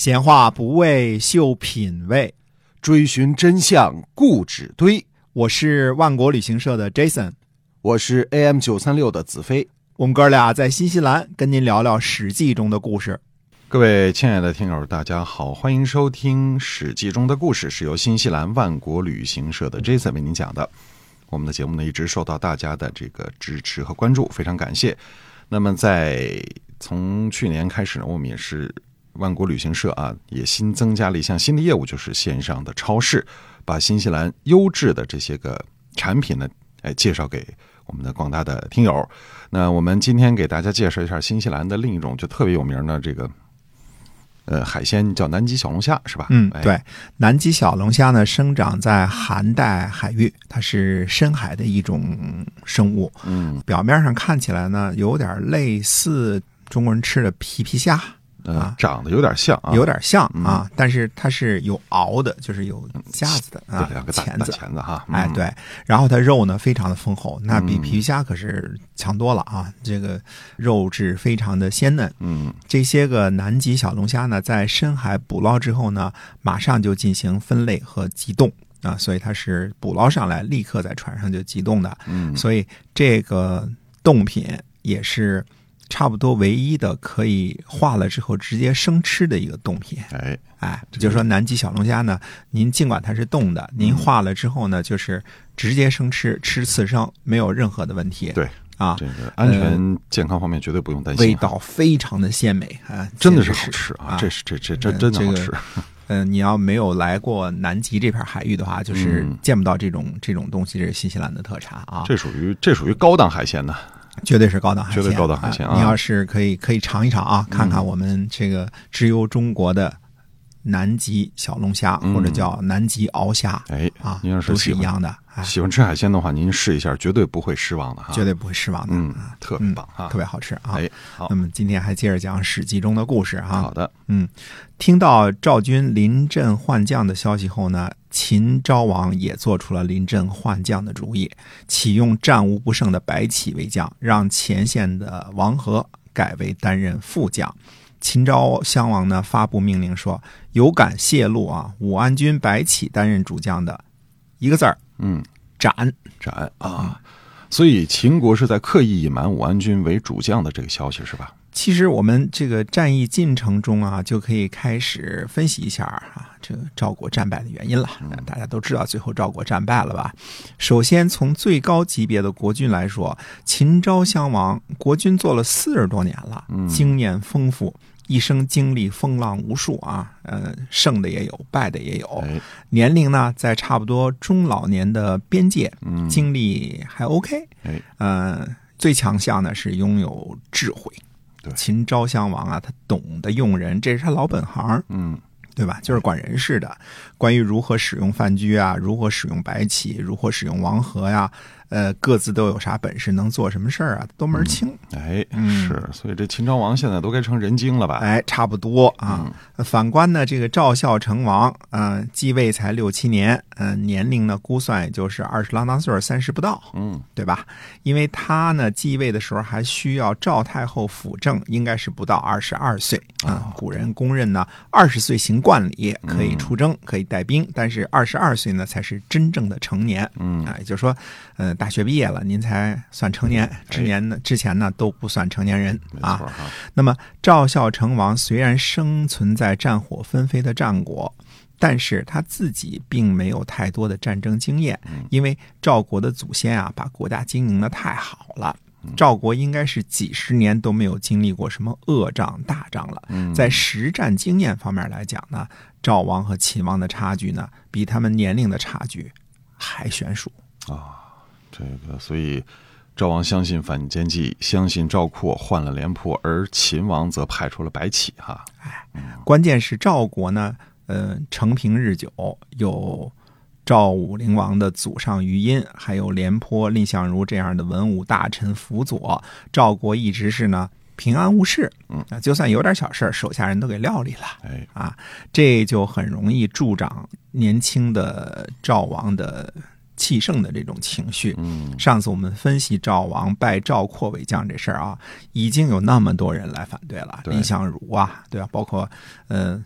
闲话不为秀品味， 追寻真相固执堆。 我是万国旅行社的 Jason， 我是 AM936 的子飞。 我们哥俩在新西兰跟您聊聊史记中的故事。 各位亲爱的听友大家好，欢迎收听史记中的故事，是由新西兰万国旅行社的 Jason 为您讲的。我们的节目呢一直受到大家的这个支持和关注，非常感谢。那么从去年开始呢，我们也是万国旅行社也新增加了一项新的业务，就是线上的超市，把新西兰优质的这些个产品呢介绍给我们的广大的听友。那我们今天给大家介绍一下新西兰的另一种就特别有名的这个海鲜，叫南极小龙虾，是吧？ 对，南极小龙虾呢生长在寒带海域，它是深海的一种生物。表面上看起来呢有点类似中国人吃的皮皮虾。 长得有点像但是它是有螯的，就是有夹子的两个大钳子哈。 对，然后它肉呢非常的丰厚，那比皮皮虾可是强多了啊，这个肉质非常的鲜嫩。这些个南极小龙虾呢在深海捕捞之后呢，马上就进行分类和急冻所以它是捕捞上来立刻在船上就急冻的。所以这个冻品也是差不多唯一的可以化了之后直接生吃的一个冻品。就是说南极小龙虾呢，您尽管它是冻的，您化了之后呢，就是直接生吃，吃刺身没有任何的问题。 对这个安全健康方面绝对不用担心。 味道非常的鲜美真的是好吃这真的好吃。 你要没有来过南极这片海域的话，就是见不到这种东西，这是新西兰的特产啊。 这属于高档海鲜呢。 绝对是高档海鲜， 绝对高档海鲜你要是可以尝一尝看看我们这个只有中国的南极小龙虾，或者叫南极鳌虾， 您要是都是一样的。 喜欢吃海鲜的话，您试一下，绝对不会失望的绝对不会失望的。 特别棒特别好吃啊。 好， 那么今天还接着讲史记中的故事好的。 听到赵军临阵换将的消息后呢，秦昭王也做出了临阵换将的主意，启用战无不胜的白起为将，让前线的王和改为担任副将。秦昭襄王呢发布命令说，有敢泄露武安军白起担任主将的，一个字儿斩所以秦国是在刻意隐瞒武安军为主将的这个消息，是吧？ 其实我们这个战役进程中就可以开始分析一下这个赵国战败的原因了。大家都知道最后赵国战败了吧？首先从最高级别的国君来说，秦昭襄王国君做了40多年了，经验丰富，一生经历风浪无数胜的也有，败的也有。年龄呢在差不多中老年的边界，经历还 OK。最强项呢是拥有智慧。秦昭襄王他懂得用人，这是他老本行。对吧？就是管人事的，关于如何使用范雎如何使用白起，如何使用王和各自都有啥本事，能做什么事儿都门清。 是，所以这秦昭王现在都该成人精了吧？ 差不多反观呢，这个赵孝成王继位才6、7年，年龄呢估算也就是20郎当岁，30不到，对吧？因为他呢继位的时候还需要赵太后辅政，应该是不到22岁古人公认呢，20岁行冠礼，可以出征，可以带兵，但是22岁呢才是真正的成年。也就是说大学毕业了，您才算成年，之前呢都不算成年人那么赵孝成王虽然生存在战火纷飞的战国，但是他自己并没有太多的战争经验，因为赵国的祖先把国家经营的太好了。赵国应该是几十年都没有经历过什么恶仗大仗了，在实战经验方面来讲呢，赵王和秦王的差距呢比他们年龄的差距还悬殊这个所以赵王相信反间计，相信赵括换了廉颇，而秦王则派出了白起关键是赵国呢承平日久，有赵武灵王的祖上余荫，还有廉颇、蔺相如这样的文武大臣辅佐，赵国一直是呢平安无事。就算有点小事，手下人都给料理了。这就很容易助长年轻的赵王的气盛的这种情绪。上次我们分析赵王拜赵括为将这事儿已经有那么多人来反对了，蔺相如对吧？包括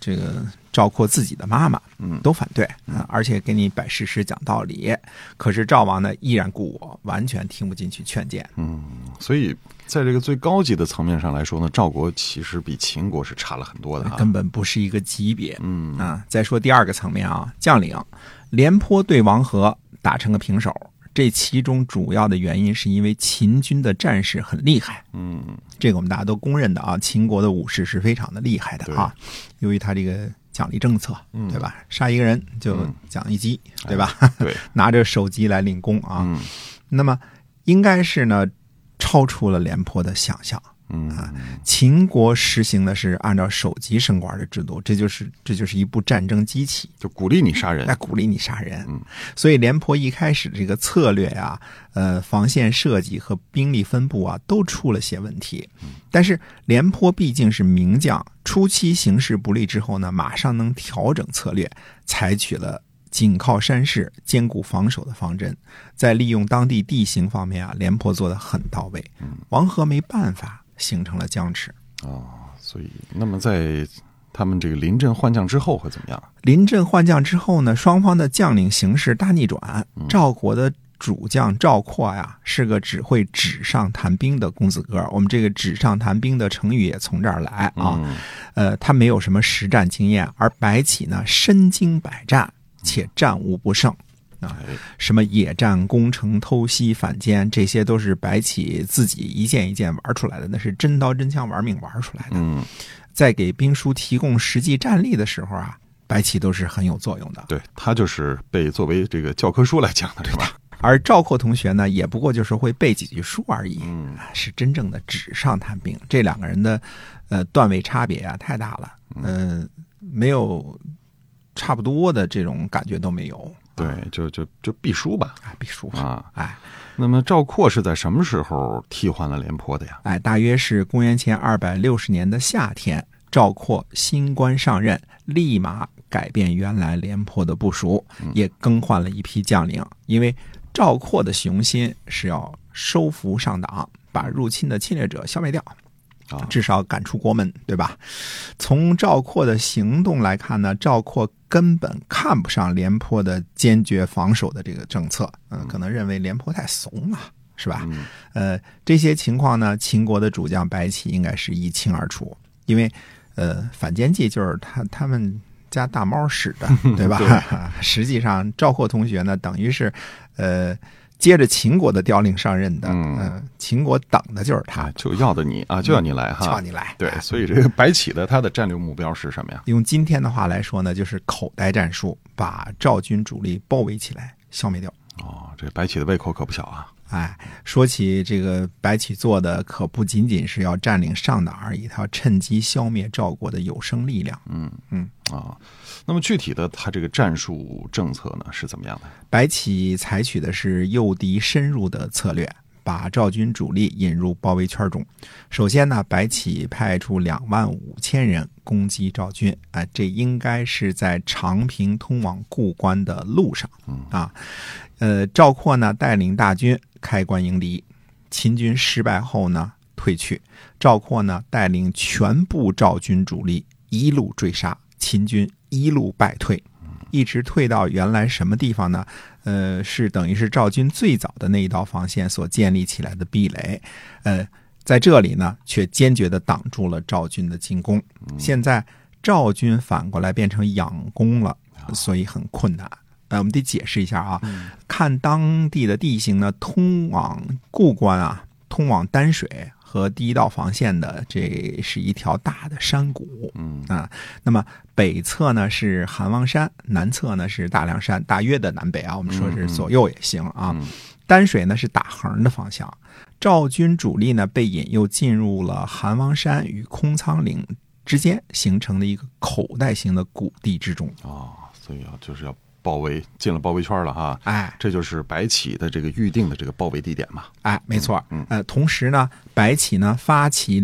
这个赵括自己的妈妈都反对而且给你摆事实讲道理，可是赵王呢依然故我，完全听不进去劝谏。 所以在这个最高级的层面上来说呢，赵国其实比秦国是差了很多的根本不是一个级别。再说第二个层面啊，将领廉颇对王和打成个平手，这其中主要的原因是因为秦军的战士很厉害。这个我们大家都公认的啊，秦国的武士是非常的厉害的啊。由于他这个奖励政策，对吧？杀一个人就奖一击，对吧？ 对， 拿着首级来领功啊。那么应该是呢，超出了廉颇的想象。秦国实行的是按照首级升官的制度，这就是一部战争机器， 就鼓励你杀人， 鼓励你杀人。所以廉颇一开始这个策略啊，防线设计和兵力分布啊，都出了些问题。但是廉颇毕竟是名将，初期形势不利之后呢，马上能调整策略，采取了紧靠山势、坚固防守的方针。在利用当地地形方面啊，廉颇做得很到位。王和没办法，形成了僵持。 所以那么在他们这个临阵换将之后会怎么样？ 临阵换将之后呢，双方的将领形势大逆转。赵国的主将赵括呀，是个只会纸上谈兵的公子哥。我们这个纸上谈兵的成语也从这儿来啊。他没有什么实战经验，而白起呢，身经百战，且战无不胜。什么野战、攻城、偷袭、反间，这些都是白起自己一件一件玩出来的，那是真刀真枪玩命玩出来的。在给兵书提供实际战例的时候啊，白起都是很有作用的。 对，他就是被作为这个教科书来讲的，是吧？ 而赵括同学呢，也不过就是会背几句书而已，是真正的纸上谈兵。这两个人的段位差别啊太大了，没有差不多的这种感觉都没有。 对，就必输吧， 必输啊！那么赵括是在什么时候替换了廉颇的呀？ 大约是公元前260年的夏天，赵括新官上任，立马改变原来廉颇的部署，也更换了一批将领。因为赵括的雄心是要收服上党，把入侵的侵略者消灭掉。至少赶出国门，对吧？从赵括的行动来看呢，赵括根本看不上廉颇的坚决防守的这个政策，可能认为廉颇太怂了，是吧？这些情况呢，秦国的主将白起应该是一清二楚，因为反间计就是他们家大猫使的，对吧？对实际上赵括同学呢，等于是接着秦国的调令上任的，秦国等的就是他， 就要的你啊，就要你来哈， 就要你来。 对，所以这个白起的他的战略目标是什么呀？ 用今天的话来说呢，就是口袋战术，把赵军主力包围起来，消灭掉。 这白起的胃口可不小啊。 说起这个白起做的可不仅仅是要占领上党而已，他要趁机消灭赵国的有生力量。 那么具体的他这个战术政策呢是怎么样的？ 白起采取的是诱敌深入的策略，把赵军主力引入包围圈中。首先呢，白起派出25000人攻击赵军，这应该是在长平通往故关的路上。赵括呢带领大军开关迎敌，秦军失败后呢退去，赵括呢带领全部赵军主力一路追杀，秦军一路败退，一直退到原来什么地方呢？是等于是赵军最早的那一道防线所建立起来的壁垒。在这里呢，却坚决地挡住了赵军的进攻。现在赵军反过来变成佯攻了，所以很困难。我们得解释一下啊，看当地的地形呢，通往故关啊，通往丹水和第一道防线的，这是一条大的山谷。那么北侧呢是韩王山，南侧呢是大凉山，大约的南北啊，我们说是左右也行啊。丹水呢是打横的方向，赵军主力呢被引诱进入了韩王山与空仓岭之间形成的一个口袋型的谷地之中。 所以就是要包围，进了包围圈了哈。这就是白起的这个预定的这个包围地点嘛。 没错。同时呢，白起呢发起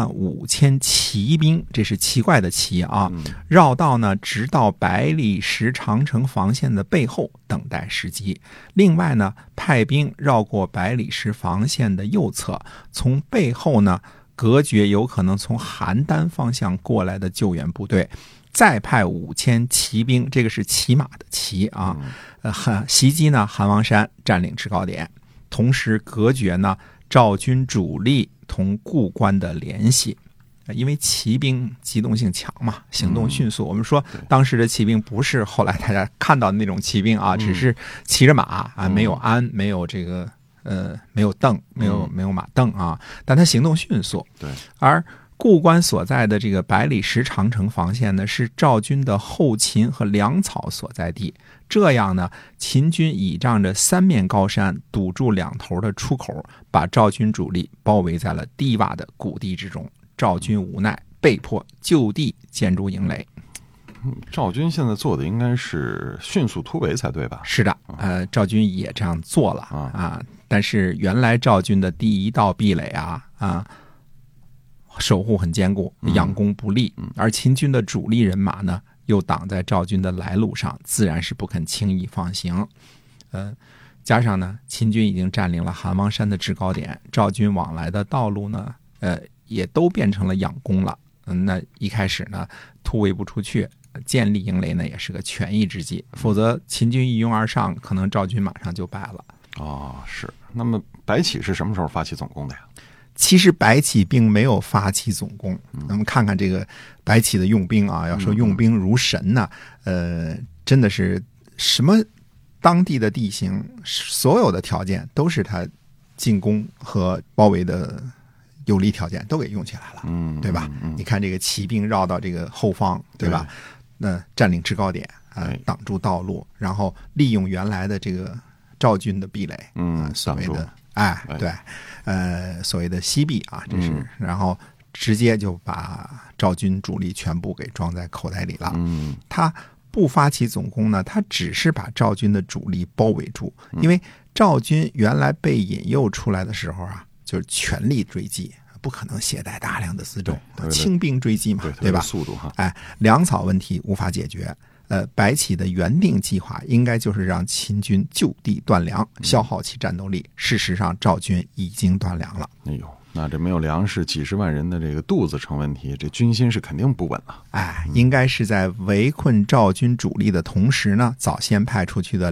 25000骑兵，这是奇怪的骑啊，绕道呢直到百里石长城防线的背后等待时机。另外呢，派兵绕过百里石防线的右侧，从背后呢隔绝有可能从邯郸方向过来的救援部队。 再派5000骑兵，这个是骑马的骑啊，袭击呢韩王山，占领制高点，同时隔绝呢赵军主力同固关的联系。因为骑兵机动性强嘛，行动迅速。我们说当时的骑兵不是后来大家看到的那种骑兵啊，只是骑着马啊，没有鞍，没有这个没有凳，没有马凳啊，但它行动迅速。 对， 而固关所在的这个百里石长城防线呢，是赵军的后勤和粮草所在地。这样呢，秦军倚仗着3面高山，堵住2头的出口，把赵军主力包围在了低洼的谷地之中。赵军无奈，被迫就地建筑营垒。 赵军现在做的应该是迅速突围才对吧？ 是的，赵军也这样做了啊。但是原来赵军的第1道壁垒啊，守护很坚固，仰攻不利，而秦军的主力人马呢，又挡在赵军的来路上，自然是不肯轻易放行。加上呢，秦军已经占领了韩王山的制高点，赵军往来的道路呢，也都变成了仰攻了。那一开始呢，突围不出去，建立营垒呢，也是个权宜之计。否则秦军一拥而上，可能赵军马上就败了。 是。那么白起是什么时候发起总攻的呀？ 其实白起并没有发起总攻。咱们看看这个白起的用兵啊，要说用兵如神呢，真的是什么当地的地形，所有的条件都是他进攻和包围的有利条件都给用起来了，对吧？你看这个骑兵绕到这个后方，对吧？那占领制高点挡住道路，然后利用原来的这个赵军的壁垒，所谓的所谓的西壁啊，这是，然后直接就把赵军主力全部给装在口袋里了。他不发起总攻呢，他只是把赵军的主力包围住，因为赵军原来被引诱出来的时候啊，就是全力追击，不可能携带大量的辎重，轻兵追击嘛，对吧？ 速度哈， 粮草问题无法解决。白起的原定计划应该就是让秦军就地断粮，消耗其战斗力。事实上，赵军已经断粮了。 那这没有粮食，几十万人的这个肚子成问题，这军心是肯定不稳了。 应该是在围困赵军主力的同时呢，早先派出去的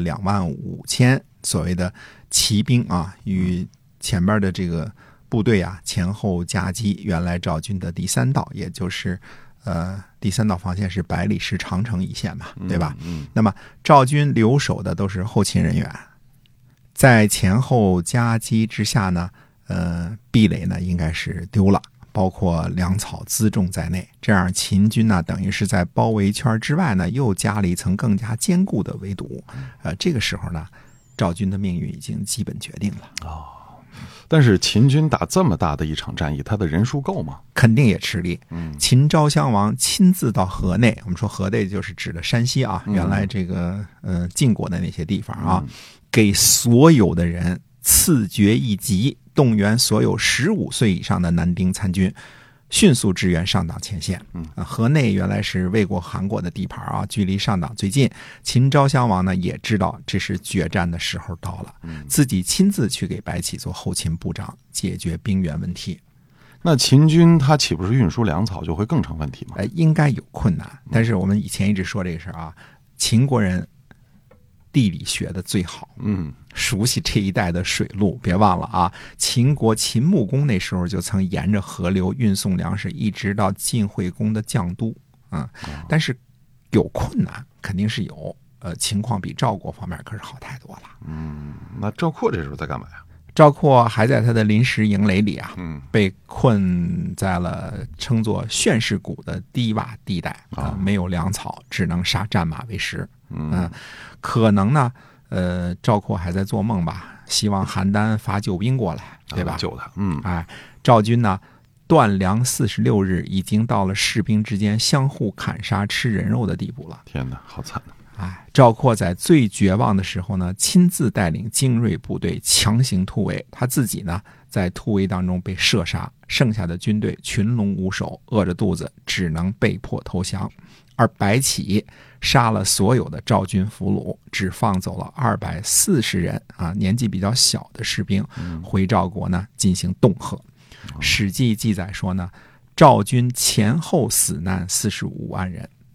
25000所谓的骑兵啊，与前边的这个部队啊前后夹击原来赵军的第3道，也就是第3道防线是百里石长城一线嘛，对吧？那么赵军留守的都是后勤人员，在前后夹击之下呢，壁垒呢应该是丢了，包括粮草辎重在内。这样秦军呢，等于是在包围圈之外呢，又加了一层更加坚固的围堵。这个时候呢，赵军的命运已经基本决定了。 但是秦军打这么大的一场战役，他的人数够吗？ 肯定也吃力。秦昭襄王亲自到河内，我们说河内就是指的山西啊，原来这个晋国的那些地方啊，给所有的人赐爵一级，动员所有15岁以上的男丁参军，迅速支援上党前线。河内原来是魏国、韩国的地盘啊，距离上党最近。秦昭襄王呢也知道这是决战的时候到了，自己亲自去给白起做后勤部长，解决兵源问题。 那秦军他岂不是运输粮草就会更成问题吗？ 应该有困难，但是我们以前一直说这个事儿啊，秦国人地理学的最好，熟悉这一带的水路。别忘了啊，秦国秦穆公那时候就曾沿着河流运送粮食，一直到晋惠公的绛都但是有困难肯定是有，情况比赵国方面可是好太多了。 那赵括这时候在干嘛呀？ 赵括还在他的临时营垒里啊，被困在了称作炫氏谷的低洼地带没有粮草，只能杀战马为食。可能呢，赵括还在做梦吧，希望邯郸发救兵过来，对吧？ 救他。 赵军呢断粮46日，已经到了士兵之间相互砍杀、吃人肉的地步了。 天哪，好惨！ 赵括在最绝望的时候呢，亲自带领精锐部队强行突围，他自己呢在突围当中被射杀，剩下的军队群龙无首，饿着肚子，只能被迫投降。而白起杀了所有的赵军俘虏，只放走了240人年纪比较小的士兵，回赵国呢进行恫吓。史记记载说呢，赵军前后死难45万人。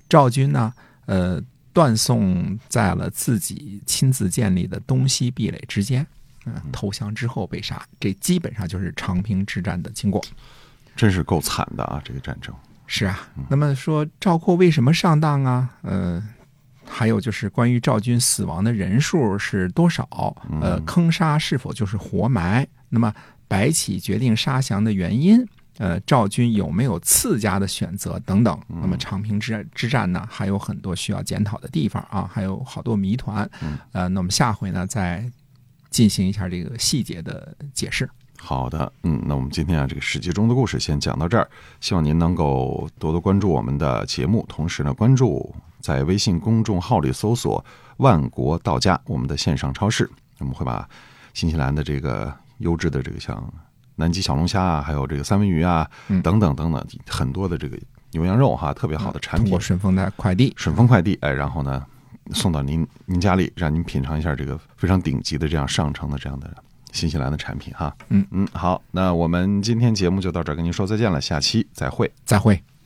赵军呢，断送在了自己亲自建立的东西壁垒之间，投降之后被杀，这基本上就是长平之战的经过。 真是够惨的啊，这个战争。 是啊，那么说赵括为什么上当啊？还有就是关于赵军死亡的人数是多少？坑杀是否就是活埋？那么白起决定杀降的原因？赵军有没有次佳的选择等等？那么长平之战呢，还有很多需要检讨的地方啊，还有好多谜团。那我们下回呢再进行一下这个细节的解释。 好的，那我们今天啊这个史记中的故事先讲到这儿，希望您能够多多关注我们的节目，同时呢关注在微信公众号里搜索万国到家我们的线上超市，我们会把新西兰的这个优质的这个像南极小龙虾啊，还有这个三文鱼啊，等等等等很多的这个牛羊肉哈，特别好的产品， 通过顺丰的快递， 然后呢送到您家里，让您品尝一下这个非常顶级的这样上乘的这样的新西兰的产品哈。好，那我们今天节目就到这儿，跟您说再见了，下期再会。